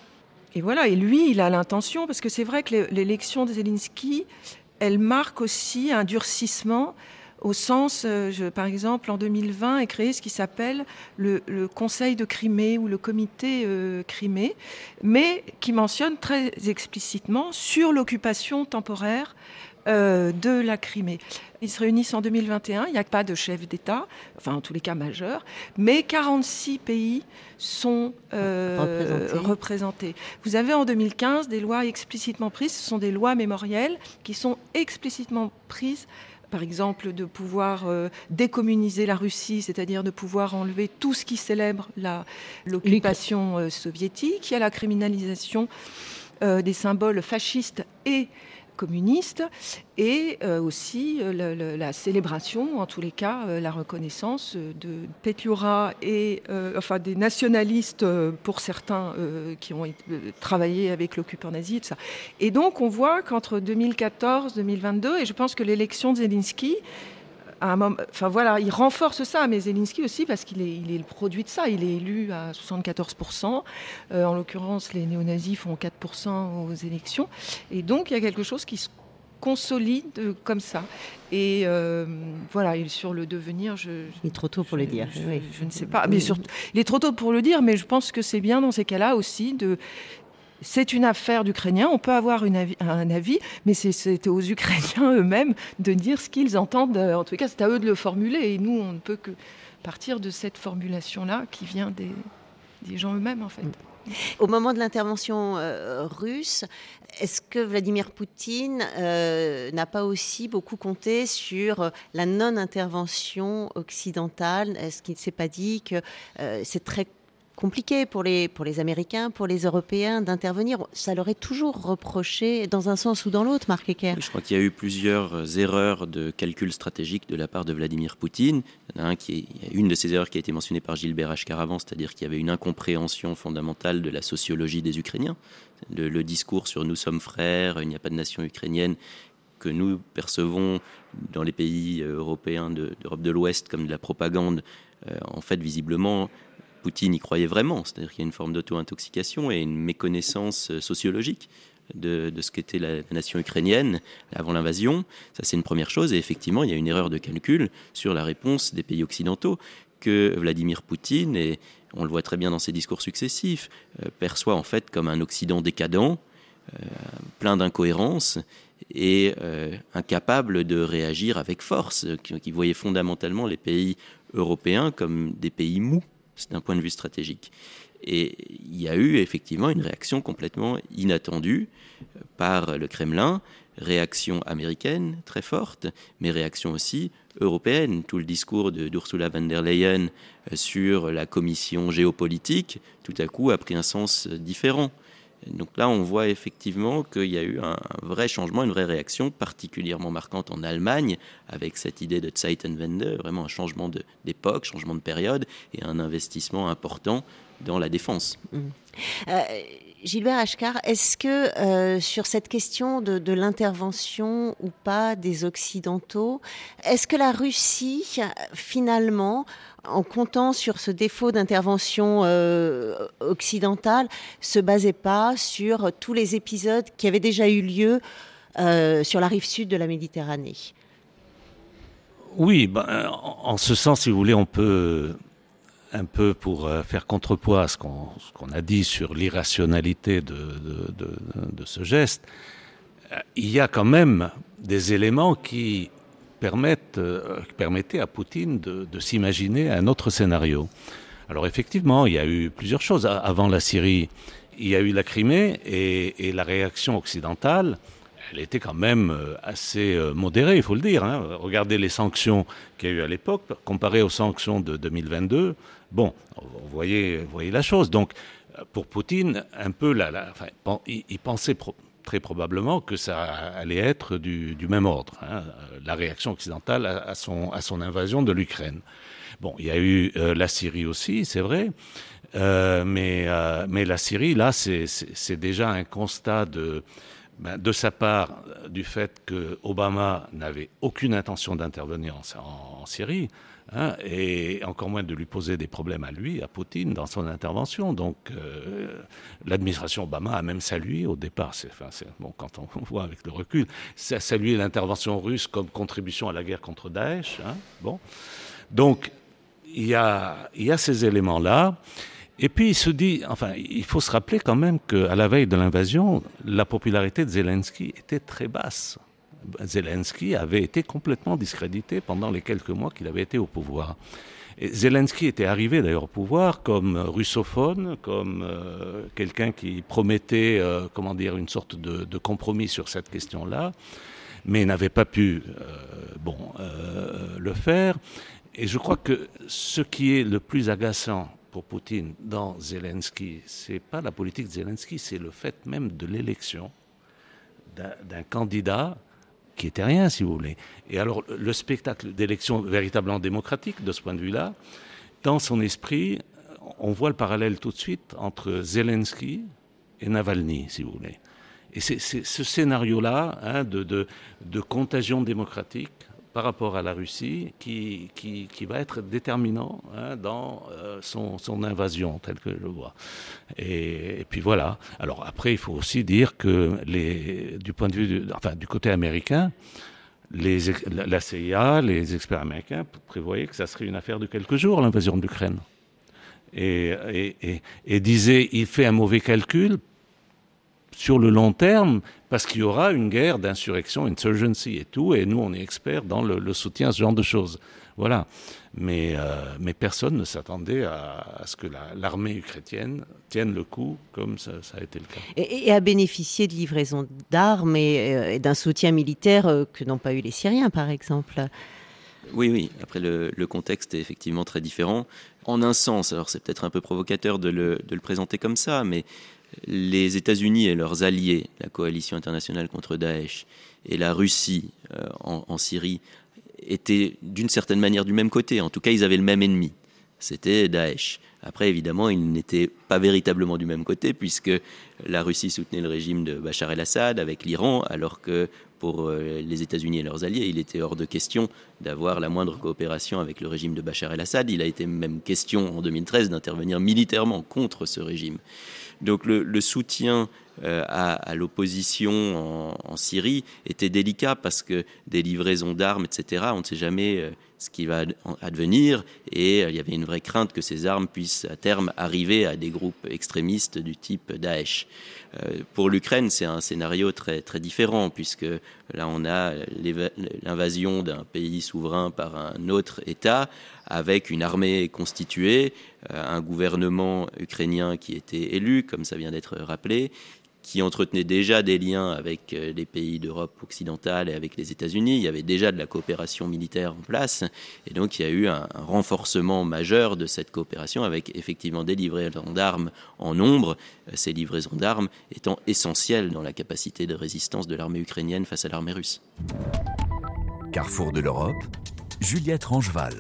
Et voilà, et lui, il a l'intention, parce que c'est vrai que l'élection de Zelensky, elle marque aussi un durcissement au sens, euh, je, par exemple, en deux mille vingt est créé ce qui s'appelle le, le Conseil de Crimée ou le Comité euh, Crimée, mais qui mentionne très explicitement sur l'occupation temporaire euh, de la Crimée. Ils se réunissent en deux mille vingt et un, il n'y a pas de chef d'État, enfin en tous les cas majeur, mais quarante-six pays sont euh, représentés. représentés. Vous avez en deux mille quinze des lois explicitement prises, ce sont des lois mémorielles qui sont explicitement prises, par exemple de pouvoir euh, décommuniser la Russie, c'est-à-dire de pouvoir enlever tout ce qui célèbre la, l'occupation euh, soviétique. Il y a la criminalisation euh, des symboles fascistes et communiste, et euh, aussi euh, la, la, la célébration, en tous les cas, euh, la reconnaissance de Petliura et euh, enfin des nationalistes euh, pour certains euh, qui ont euh, travaillé avec l'occupant nazi, tout ça. Et donc on voit qu'entre deux mille quatorze deux mille vingt-deux, et je pense que l'élection de Zelensky, à un moment, enfin voilà, il renforce ça, mais Zelensky aussi parce qu'il est, il est le produit de ça. Il est élu à soixante-quatorze pour cent. Euh, en l'occurrence, les néo-nazis font quatre pour cent aux élections. Et donc, il y a quelque chose qui se consolide comme ça. Et euh, voilà, et sur le devenir, je... Il est trop tôt pour je, le dire. Je, oui. je ne sais pas. Mais surtout, il est trop tôt pour le dire, mais je pense que c'est bien dans ces cas-là aussi de... C'est une affaire d'Ukrainiens, on peut avoir une avis, un avis, mais c'est, c'est aux Ukrainiens eux-mêmes de dire ce qu'ils entendent. En tout cas, c'est à eux de le formuler. Et nous, on ne peut que partir de cette formulation-là qui vient des, des gens eux-mêmes, en fait. Au moment de l'intervention euh, russe, est-ce que Vladimir Poutine euh, n'a pas aussi beaucoup compté sur la non-intervention occidentale ? Est-ce qu'il ne s'est pas dit que euh, c'est très compliqué pour les, pour les Américains, pour les Européens d'intervenir? Ça leur est toujours reproché dans un sens ou dans l'autre, Marc Hecker. Oui, je crois qu'il y a eu plusieurs erreurs de calcul stratégique de la part de Vladimir Poutine. Il y en a, un qui est, il y a une de ces erreurs qui a été mentionnée par Gilbert Achcar avant, c'est-à-dire qu'il y avait une incompréhension fondamentale de la sociologie des Ukrainiens. Le, le discours sur « nous sommes frères », il n'y a pas de nation ukrainienne, que nous percevons dans les pays européens de, d'Europe de l'Ouest comme de la propagande, euh, en fait, visiblement, Poutine y croyait vraiment. C'est-à-dire qu'il y a une forme d'auto-intoxication et une méconnaissance sociologique de, de ce qu'était la, la nation ukrainienne avant l'invasion. Ça, c'est une première chose. Et effectivement, il y a une erreur de calcul sur la réponse des pays occidentaux que Vladimir Poutine, et on le voit très bien dans ses discours successifs, euh, perçoit en fait comme un Occident décadent, euh, plein d'incohérences et euh, incapable de réagir avec force, qui, qui voyait fondamentalement les pays européens comme des pays mous, d'un point de vue stratégique. Et il y a eu effectivement une réaction complètement inattendue par le Kremlin, réaction américaine très forte, mais réaction aussi européenne. Tout le discours de, d'Ursula von der Leyen sur la commission géopolitique, tout à coup, a pris un sens différent. Donc là, on voit effectivement qu'il y a eu un vrai changement, une vraie réaction particulièrement marquante en Allemagne, avec cette idée de Zeitenwende, vraiment un changement de, d'époque, changement de période, et un investissement important dans la défense. Mmh. Euh, Gilbert Achcar, est-ce que euh, sur cette question de, de l'intervention ou pas des Occidentaux, est-ce que la Russie, finalement, en comptant sur ce défaut d'intervention euh, occidentale, se basait pas sur tous les épisodes qui avaient déjà eu lieu euh, sur la rive sud de la Méditerranée ? Oui, ben, en, en ce sens, si vous voulez, on peut... un peu pour faire contrepoids à ce qu'on, ce qu'on a dit sur l'irrationalité de, de, de, de ce geste, il y a quand même des éléments qui permettent, qui permettaient à Poutine de, de s'imaginer un autre scénario. Alors effectivement, il y a eu plusieurs choses. Avant la Syrie, il y a eu la Crimée et, et la réaction occidentale, elle était quand même assez modérée, il faut le dire. Hein. Regardez les sanctions qu'il y a eu à l'époque, comparées aux sanctions de deux mille vingt-deux. Bon, vous voyez, vous voyez la chose. Donc, pour Poutine, un peu, la, la, enfin, il, il pensait pro, très probablement que ça allait être du, du même ordre, hein, la réaction occidentale à, à, son, à son invasion de l'Ukraine. Bon, il y a eu euh, la Syrie aussi, c'est vrai, euh, mais, euh, mais la Syrie, là, c'est, c'est, c'est déjà un constat de... Ben, de sa part, du fait que Obama n'avait aucune intention d'intervenir en, en, en Syrie, hein, et encore moins de lui poser des problèmes à lui, à Poutine, dans son intervention. Donc, euh, l'administration Obama a même salué au départ, c'est, enfin, c'est, bon, quand on voit avec le recul, ça a salué l'intervention russe comme contribution à la guerre contre Daesh. Hein, bon. Donc, il y a, il y a ces éléments-là. Et puis il se dit, enfin, il faut se rappeler quand même qu'à la veille de l'invasion, la popularité de Zelensky était très basse. Zelensky avait été complètement discrédité pendant les quelques mois qu'il avait été au pouvoir. Et Zelensky était arrivé d'ailleurs au pouvoir comme russophone, comme euh, quelqu'un qui promettait, euh, comment dire, une sorte de, de compromis sur cette question-là, mais n'avait pas pu, euh, bon, euh, le faire. Et je crois que ce qui est le plus agaçant pour Poutine dans Zelensky, c'est pas la politique de Zelensky, c'est le fait même de l'élection d'un, d'un candidat qui était rien, si vous voulez. Et alors, le spectacle d'élection véritablement démocratique, de ce point de vue-là, dans son esprit, on voit le parallèle tout de suite entre Zelensky et Navalny, si vous voulez. Et c'est, c'est ce scénario-là, hein, de, de, de contagion démocratique par rapport à la Russie, qui, qui, qui va être déterminant, hein, dans euh, son, son invasion, telle que je le vois. Et, et puis voilà. Alors après, il faut aussi dire que les, du point de vue, du, enfin du côté américain, les, la C I A, les experts américains prévoyaient que ça serait une affaire de quelques jours, l'invasion de l'Ukraine. Et, et, et, et disaient, il fait un mauvais calcul sur le long terme, parce qu'il y aura une guerre d'insurrection, insurgency et tout, et nous, on est experts dans le, le soutien à ce genre de choses. Voilà. Mais, euh, mais personne ne s'attendait à, à ce que la, l'armée ukrainienne tienne le coup, comme ça, ça a été le cas. Et, et à bénéficier de livraisons d'armes et, et d'un soutien militaire que n'ont pas eu les Syriens, par exemple. Oui, oui. Après, le, le contexte est effectivement très différent. En un sens, alors c'est peut-être un peu provocateur de le, de le présenter comme ça, mais les États-Unis et leurs alliés, la coalition internationale contre Daesh, et la Russie euh, en, en Syrie, étaient d'une certaine manière du même côté. En tout cas, ils avaient le même ennemi. C'était Daesh. Après, évidemment, ils n'étaient pas véritablement du même côté, puisque la Russie soutenait le régime de Bachar el-Assad avec l'Iran, alors que pour les États-Unis et leurs alliés. Il était hors de question d'avoir la moindre coopération avec le régime de Bachar el-Assad. Il a été même question en deux mille treize d'intervenir militairement contre ce régime. Donc le, le soutien euh, à, à l'opposition en, en Syrie était délicat parce que des livraisons d'armes, et cetera, on ne sait jamais euh, ce qui va advenir et euh, il y avait une vraie crainte que ces armes puissent à terme arriver à des groupes extrémistes du type Daesh. Euh, pour l'Ukraine, c'est un scénario très, très différent puisque là on a l'invasion d'un pays souverain par un autre État avec une armée constituée, euh, un gouvernement ukrainien qui était élu, comme ça vient d'être rappelé, qui entretenait déjà des liens avec les pays d'Europe occidentale et avec les États-Unis. Il y avait déjà de la coopération militaire en place. Et donc, il y a eu un, un renforcement majeur de cette coopération avec effectivement des livraisons d'armes en nombre, ces livraisons d'armes étant essentielles dans la capacité de résistance de l'armée ukrainienne face à l'armée russe. Carrefour de l'Europe, Juliette Rangeval.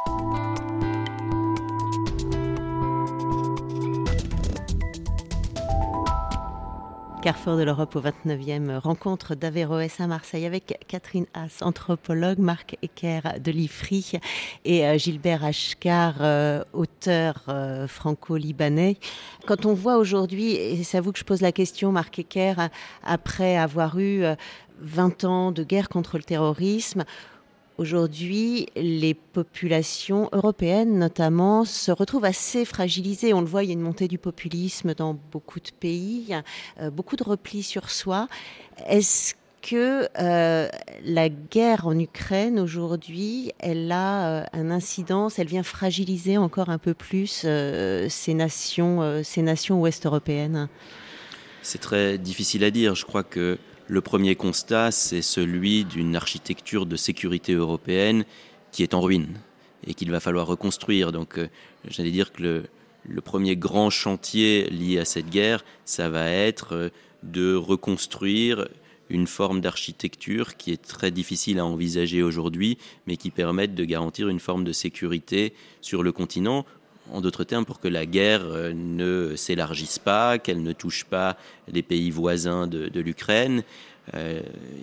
Carrefour de l'Europe au vingt-neuvième rencontre d'Averroès à Marseille avec Catherine Haas, anthropologue, Marc Ecker de l'I F R I et euh, Gilbert Achcar, euh, auteur euh, franco-libanais. Quand on voit aujourd'hui, et c'est à vous que je pose la question, Marc Ecker, après avoir eu euh, vingt ans de guerre contre le terrorisme, aujourd'hui, les populations européennes, notamment, se retrouvent assez fragilisées. On le voit, il y a une montée du populisme dans beaucoup de pays, euh, beaucoup de repli sur soi. Est-ce que euh, la guerre en Ukraine, aujourd'hui, elle a euh, un incidence, elle vient fragiliser encore un peu plus euh, ces nations, euh, ces nations ouest-européennes ? C'est très difficile à dire. Je crois que le premier constat, c'est celui d'une architecture de sécurité européenne qui est en ruine et qu'il va falloir reconstruire. Donc, euh, j'allais dire que le, le premier grand chantier lié à cette guerre, ça va être euh, de reconstruire une forme d'architecture qui est très difficile à envisager aujourd'hui, mais qui permette de garantir une forme de sécurité sur le continent. En d'autres termes, pour que la guerre ne s'élargisse pas, qu'elle ne touche pas les pays voisins de, de l'Ukraine. Euh,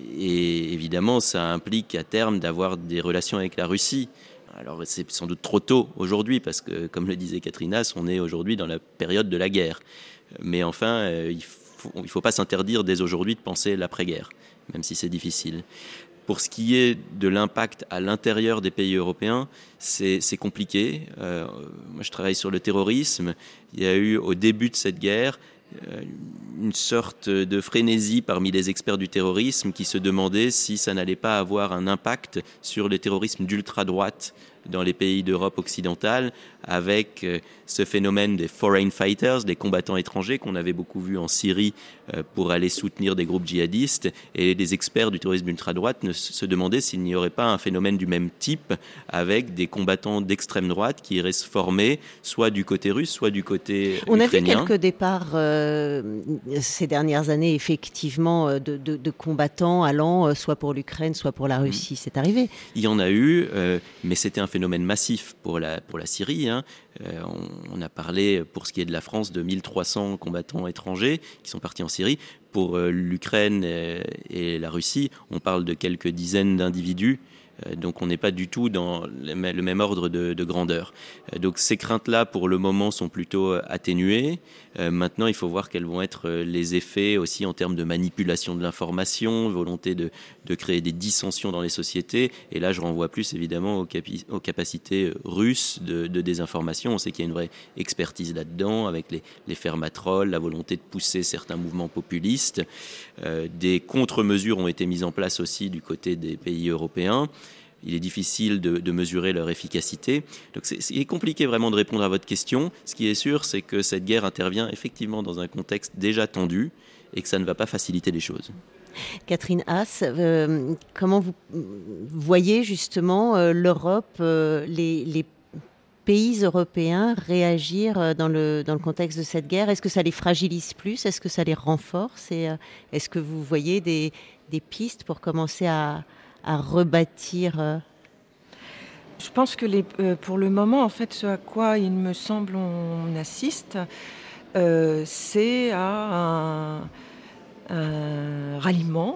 et évidemment, ça implique à terme d'avoir des relations avec la Russie. Alors c'est sans doute trop tôt aujourd'hui, parce que, comme le disait Catherine Haas, on est aujourd'hui dans la période de la guerre. Mais enfin, euh, il faut, il faut pas s'interdire dès aujourd'hui de penser l'après-guerre, même si c'est difficile. Pour ce qui est de l'impact à l'intérieur des pays européens, c'est, c'est compliqué. Euh, moi, je travaille sur le terrorisme. Il y a eu, au début de cette guerre, euh, une sorte de frénésie parmi les experts du terrorisme qui se demandaient si ça n'allait pas avoir un impact sur le terrorisme d'ultra-droite dans les pays d'Europe occidentale, avec ce phénomène des foreign fighters, des combattants étrangers qu'on avait beaucoup vu en Syrie pour aller soutenir des groupes djihadistes. Et les experts du terrorisme ultra-droite se demandaient s'il n'y aurait pas un phénomène du même type avec des combattants d'extrême droite qui iraient se former soit du côté russe, soit du côté On ukrainien. On a vu quelques départs euh, ces dernières années, effectivement, de, de, de combattants allant soit pour l'Ukraine, soit pour la Russie. Mmh. C'est arrivé. Il y en a eu, euh, mais c'était un phénomène massif pour la, pour la Syrie. Hein. Euh, on, on a parlé, pour ce qui est de la France, de mille trois cents combattants étrangers qui sont partis en Syrie. Pour euh, l'Ukraine et, et la Russie, on parle de quelques dizaines d'individus. Euh, donc on n'est pas du tout dans le même ordre de, de grandeur. Euh, donc ces craintes-là, pour le moment, sont plutôt atténuées. Euh, maintenant, il faut voir quels vont être les effets aussi en termes de manipulation de l'information, volonté de, de créer des dissensions dans les sociétés. Et là, je renvoie plus évidemment aux, capi- aux capacités russes de, de désinformation. On sait qu'il y a une vraie expertise là-dedans, avec les, les fermatrolles, la volonté de pousser certains mouvements populistes. Euh, des contre-mesures ont été mises en place aussi du côté des pays européens. Il est difficile de, de mesurer leur efficacité. Donc c'est, c'est compliqué vraiment de répondre à votre question. Ce qui est sûr, c'est que cette guerre intervient effectivement dans un contexte déjà tendu et que ça ne va pas faciliter les choses. Catherine Haas, euh, comment vous voyez justement euh, l'Europe, euh, les, les pays européens réagir dans le, dans le contexte de cette guerre ? Est-ce que ça les fragilise plus ? Est-ce que ça les renforce ? Et, euh, est-ce que vous voyez des, des pistes pour commencer à à rebâtir euh... Je pense que les, euh, pour le moment, en fait, ce à quoi il me semble on assiste, euh, c'est à un, un ralliement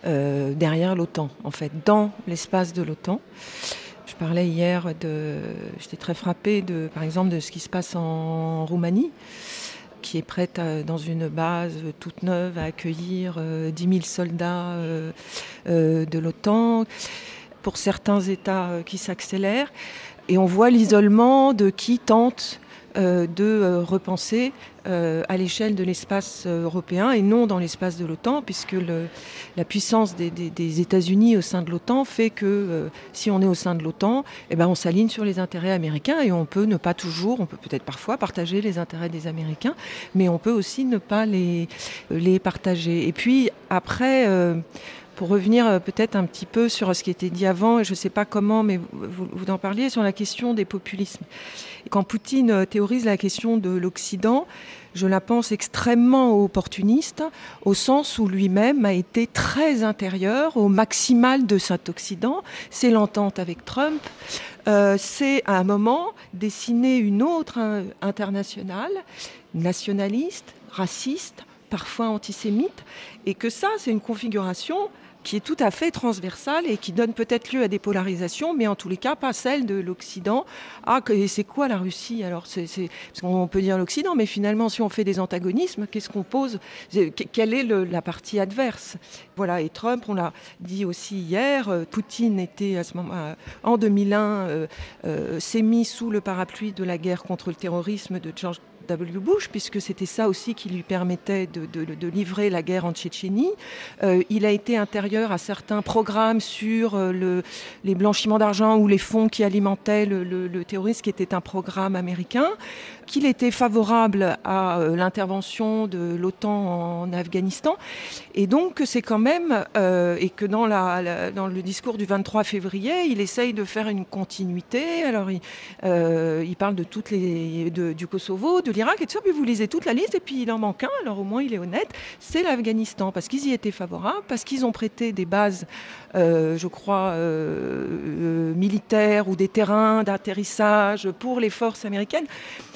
euh, derrière l'OTAN, en fait, dans l'espace de l'OTAN. Je parlais hier de... J'étais très frappée, de, par exemple, de ce qui se passe en Roumanie, qui est prête à, dans une base toute neuve à accueillir euh, dix mille soldats euh, euh, de l'OTAN, pour certains États euh, qui s'accélèrent. Et on voit l'isolement de qui tente euh, de euh, repenser euh, à l'échelle de l'espace euh, européen et non dans l'espace de l'OTAN, puisque le, la puissance des, des, des États-Unis au sein de l'OTAN fait que euh, si on est au sein de l'OTAN, eh ben on s'aligne sur les intérêts américains et on peut ne pas toujours, on peut peut-être parfois partager les intérêts des Américains, mais on peut aussi ne pas les, les partager. Et puis après... Euh, Pour revenir peut-être un petit peu sur ce qui était dit avant, et je ne sais pas comment, mais vous, vous en parliez, sur la question des populismes. Quand Poutine théorise la question de l'Occident, je la pense extrêmement opportuniste, au sens où lui-même a été très intérieur au maximal de cet Occident. C'est l'entente avec Trump. Euh, c'est à un moment dessiner une autre internationale, nationaliste, raciste, parfois antisémite, et que ça, c'est une configuration qui est tout à fait transversale et qui donne peut-être lieu à des polarisations, mais en tous les cas pas celle de l'Occident. Ah, c'est quoi la Russie ? Alors, c'est, c'est, parce qu'on peut dire l'Occident, mais finalement, si on fait des antagonismes, qu'est-ce qu'on pose ? Quelle est le, la partie adverse ? Voilà, et Trump, on l'a dit aussi hier, Poutine était à ce moment, en deux mille un, euh, euh, s'est mis sous le parapluie de la guerre contre le terrorisme de George W. Bush, puisque c'était ça aussi qui lui permettait de, de, de livrer la guerre en Tchétchénie. Euh, il a été intérieur à certains programmes sur euh, le, les blanchiments d'argent ou les fonds qui alimentaient le, le, le terrorisme, qui était un programme américain, qu'il était favorable à euh, l'intervention de l'OTAN en Afghanistan. Et donc, c'est quand même, euh, et que dans, la, la, dans le discours du vingt-trois février, il essaye de faire une continuité. Alors, il, euh, il parle de toutes les, de, du Kosovo, de l'Irak et tout ça, puis vous lisez toute la liste et puis il en manque un, alors au moins il est honnête, c'est l'Afghanistan, parce qu'ils y étaient favorables, parce qu'ils ont prêté des bases, euh, je crois, euh, euh, militaires ou des terrains d'atterrissage pour les forces américaines.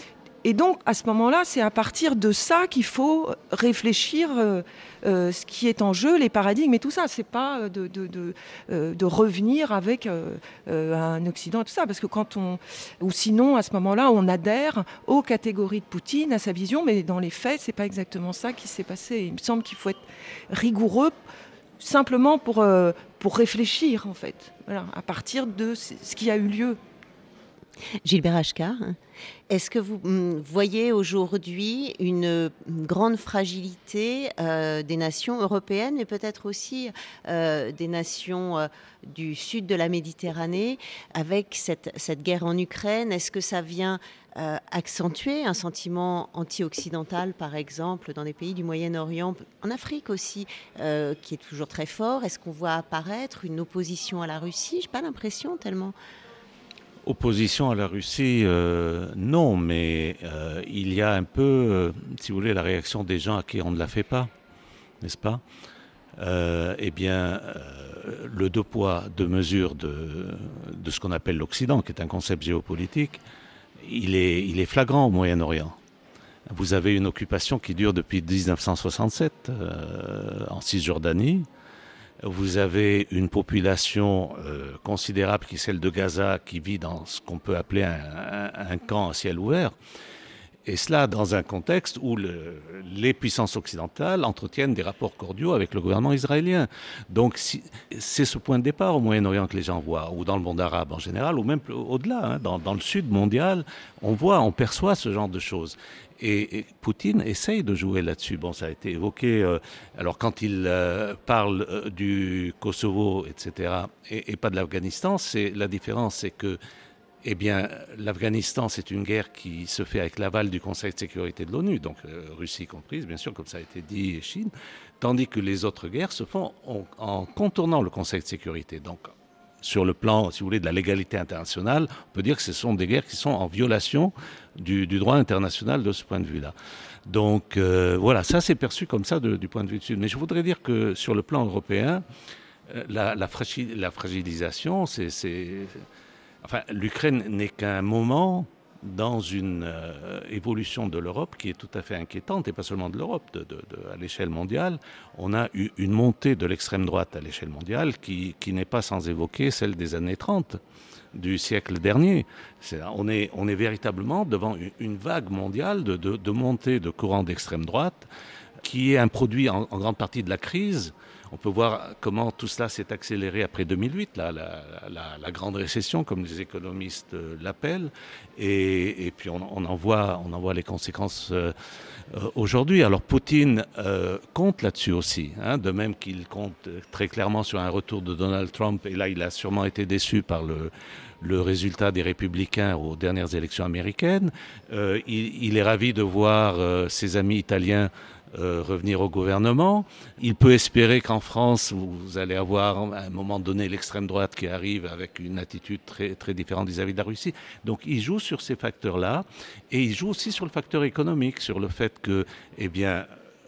Et donc, à ce moment-là, c'est à partir de ça qu'il faut réfléchir euh, euh, ce qui est en jeu, les paradigmes et tout ça. C'est pas de, de, de, euh, de revenir avec euh, euh, un Occident et tout ça. Parce que quand on... Ou sinon, à ce moment-là, on adhère aux catégories de Poutine, à sa vision, mais dans les faits, c'est pas exactement ça qui s'est passé. Il me semble qu'il faut être rigoureux simplement pour, euh, pour réfléchir, en fait, voilà, à partir de ce qui a eu lieu. Gilbert Achcar, est-ce que vous voyez aujourd'hui une grande fragilité euh, des nations européennes, mais peut-être aussi euh, des nations euh, du sud de la Méditerranée avec cette, cette guerre en Ukraine ? Est-ce que ça vient euh, accentuer un sentiment anti-occidental, par exemple, dans des pays du Moyen-Orient, en Afrique aussi, euh, qui est toujours très fort ? Est-ce qu'on voit apparaître une opposition à la Russie ? Je n'ai pas l'impression tellement... Opposition à la Russie, euh, non, mais euh, il y a un peu, euh, si vous voulez, la réaction des gens à qui on ne la fait pas, n'est-ce pas ? euh, Eh bien, euh, le deux poids, deux mesures de, de ce qu'on appelle l'Occident, qui est un concept géopolitique, il est, il est flagrant au Moyen-Orient. Vous avez une occupation qui dure depuis dix-neuf cent soixante-sept euh, en Cisjordanie. Vous avez une population euh, considérable qui est celle de Gaza, qui vit dans ce qu'on peut appeler un, un, un camp à ciel ouvert. Et cela dans un contexte où le, les puissances occidentales entretiennent des rapports cordiaux avec le gouvernement israélien. Donc si, c'est ce point de départ au Moyen-Orient que les gens voient, ou dans le monde arabe en général, ou même au-delà, hein, dans, dans le sud mondial, on voit, on perçoit ce genre de choses. Et, et Poutine essaye de jouer là-dessus. Bon, ça a été évoqué. Euh, alors, quand il euh, parle euh, du Kosovo, et cetera, et, et pas de l'Afghanistan, c'est la différence, c'est que, eh bien, l'Afghanistan, c'est une guerre qui se fait avec l'aval du Conseil de sécurité de l'ONU, donc euh, Russie comprise, bien sûr, comme ça a été dit, et Chine, tandis que les autres guerres se font en, en contournant le Conseil de sécurité. Donc, sur le plan, si vous voulez, de la légalité internationale, on peut dire que ce sont des guerres qui sont en violation du, du droit international de ce point de vue-là. Donc euh, voilà, ça c'est perçu comme ça de, du point de vue du Sud. Mais je voudrais dire que sur le plan européen, euh, la, la, fragil, la fragilisation, c'est, c'est... Enfin, l'Ukraine n'est qu'un moment dans une euh, évolution de l'Europe qui est tout à fait inquiétante, et pas seulement de l'Europe, de, de, de, à l'échelle mondiale. On a eu une montée de l'extrême droite à l'échelle mondiale qui, qui n'est pas sans évoquer celle des années trente du siècle dernier. C'est, on, est, on est véritablement devant une vague mondiale de, de, de montée de courants d'extrême droite qui est un produit en, en grande partie de la crise. On peut voir comment tout cela s'est accéléré après deux mille huit, là, la, la, la grande récession, comme les économistes l'appellent, et, et puis on, on, en voit, on en voit les conséquences euh, aujourd'hui. Alors Poutine euh, compte là-dessus aussi, hein, de même qu'il compte très clairement sur un retour de Donald Trump, et là il a sûrement été déçu par le, le résultat des républicains aux dernières élections américaines. Euh, il, il est ravi de voir euh, ses amis italiens Euh, revenir au gouvernement. Il peut espérer qu'en France, vous allez avoir à un moment donné l'extrême droite qui arrive avec une attitude très, très différente vis-à-vis de la Russie. Donc il joue sur ces facteurs-là, et il joue aussi sur le facteur économique, sur le fait que, eh bien,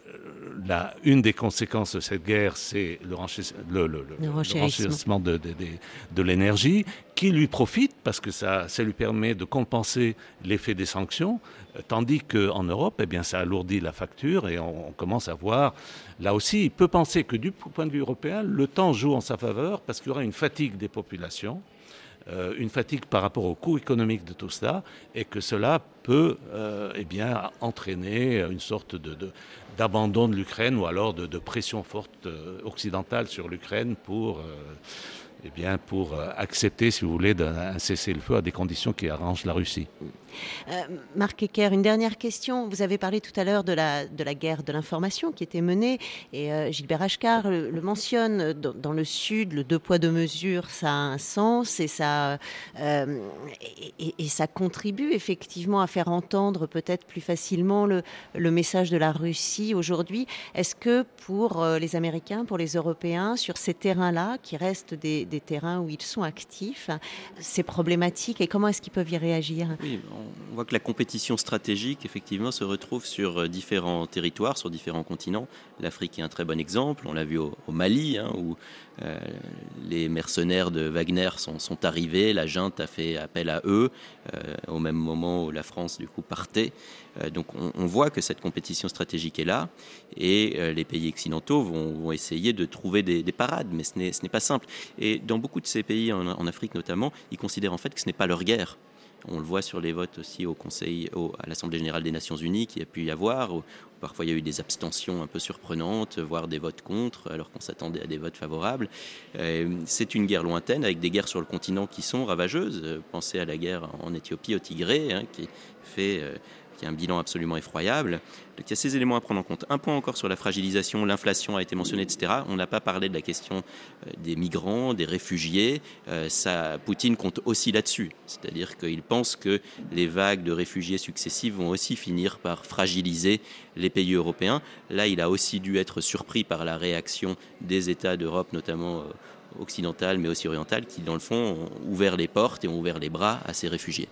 La, une des conséquences de cette guerre, c'est le, renchis, le, le, le, le renchérissement de, de, de, de l'énergie, qui lui profite parce que ça, ça lui permet de compenser l'effet des sanctions, tandis qu'en Europe, eh bien, ça alourdit la facture, et on, on commence à voir, là aussi, il peut penser que du point de vue européen, le temps joue en sa faveur parce qu'il y aura une fatigue des populations, Euh, une fatigue par rapport au coût économique de tout cela, et que cela peut euh, eh bien, entraîner une sorte de, de, d'abandon de l'Ukraine, ou alors de, de pression forte euh, occidentale sur l'Ukraine pour, euh, eh bien, pour euh, accepter, si vous voulez, un cessez-le-feu à des conditions qui arrangent la Russie. Euh, Marc Hecker, une dernière question. Vous avez parlé tout à l'heure de la, de la guerre de l'information qui était menée, et euh, Gilbert Achcar le, le mentionne. Dans, dans le Sud, le deux poids deux mesures, ça a un sens, et ça, euh, et, et, et ça contribue effectivement à faire entendre peut-être plus facilement le, le message de la Russie aujourd'hui. Est-ce que pour euh, les Américains, pour les Européens, sur ces terrains-là, qui restent des, des terrains où ils sont actifs, c'est problématique, et comment est-ce qu'ils peuvent y réagir ? Oui, on voit que la compétition stratégique, effectivement, se retrouve sur différents territoires, sur différents continents. L'Afrique est un très bon exemple. On l'a vu au, au Mali, hein, où euh, les mercenaires de Wagner sont, sont arrivés. La junte a fait appel à eux euh, au même moment où la France, du coup, partait. Euh, donc, on, on voit que cette compétition stratégique est là, et euh, les pays occidentaux vont, vont essayer de trouver des, des parades, mais ce n'est, ce n'est pas simple. Et dans beaucoup de ces pays, en, en Afrique notamment, ils considèrent en fait que ce n'est pas leur guerre. On le voit sur les votes aussi au Conseil, au, à l'Assemblée générale des Nations unies qu'il y a pu y avoir. Où parfois, il y a eu des abstentions un peu surprenantes, voire des votes contre, alors qu'on s'attendait à des votes favorables. Euh, c'est une guerre lointaine, avec des guerres sur le continent qui sont ravageuses. Pensez à la guerre en Éthiopie, au Tigré, hein, qui fait... Euh, qui a un bilan absolument effroyable. Donc, il y a ces éléments à prendre en compte. Un point encore sur la fragilisation, l'inflation a été mentionnée, et cetera. On n'a pas parlé de la question des migrants, des réfugiés. Euh, ça, Poutine compte aussi là-dessus. C'est-à-dire qu'il pense que les vagues de réfugiés successives vont aussi finir par fragiliser les pays européens. Là, il a aussi dû être surpris par la réaction des États d'Europe, notamment occidentales, mais aussi orientales, qui, dans le fond, ont ouvert les portes et ont ouvert les bras à ces réfugiés.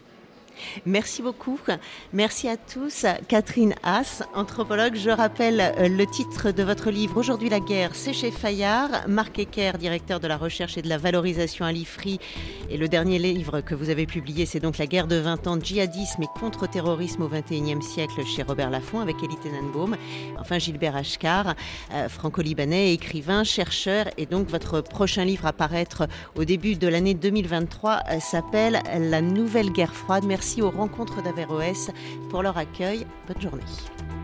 Merci beaucoup. Merci à tous. Catherine Haas, anthropologue. Je rappelle le titre de votre livre, Aujourd'hui la guerre, c'est chez Fayard. Marc Hecker, directeur de la recherche et de la valorisation à l'I F R I. Et le dernier livre que vous avez publié, c'est donc La guerre de vingt ans, djihadisme et contre-terrorisme au vingt et unième siècle, chez Robert Laffont, avec Elie Tenenbaum. Enfin, Gilbert Achcar, euh, franco-libanais, écrivain, chercheur. Et donc, votre prochain livre à paraître au début de l'année deux mille vingt-trois euh, s'appelle La nouvelle guerre froide. Merci aux rencontres d'Averroès pour leur accueil. Bonne journée.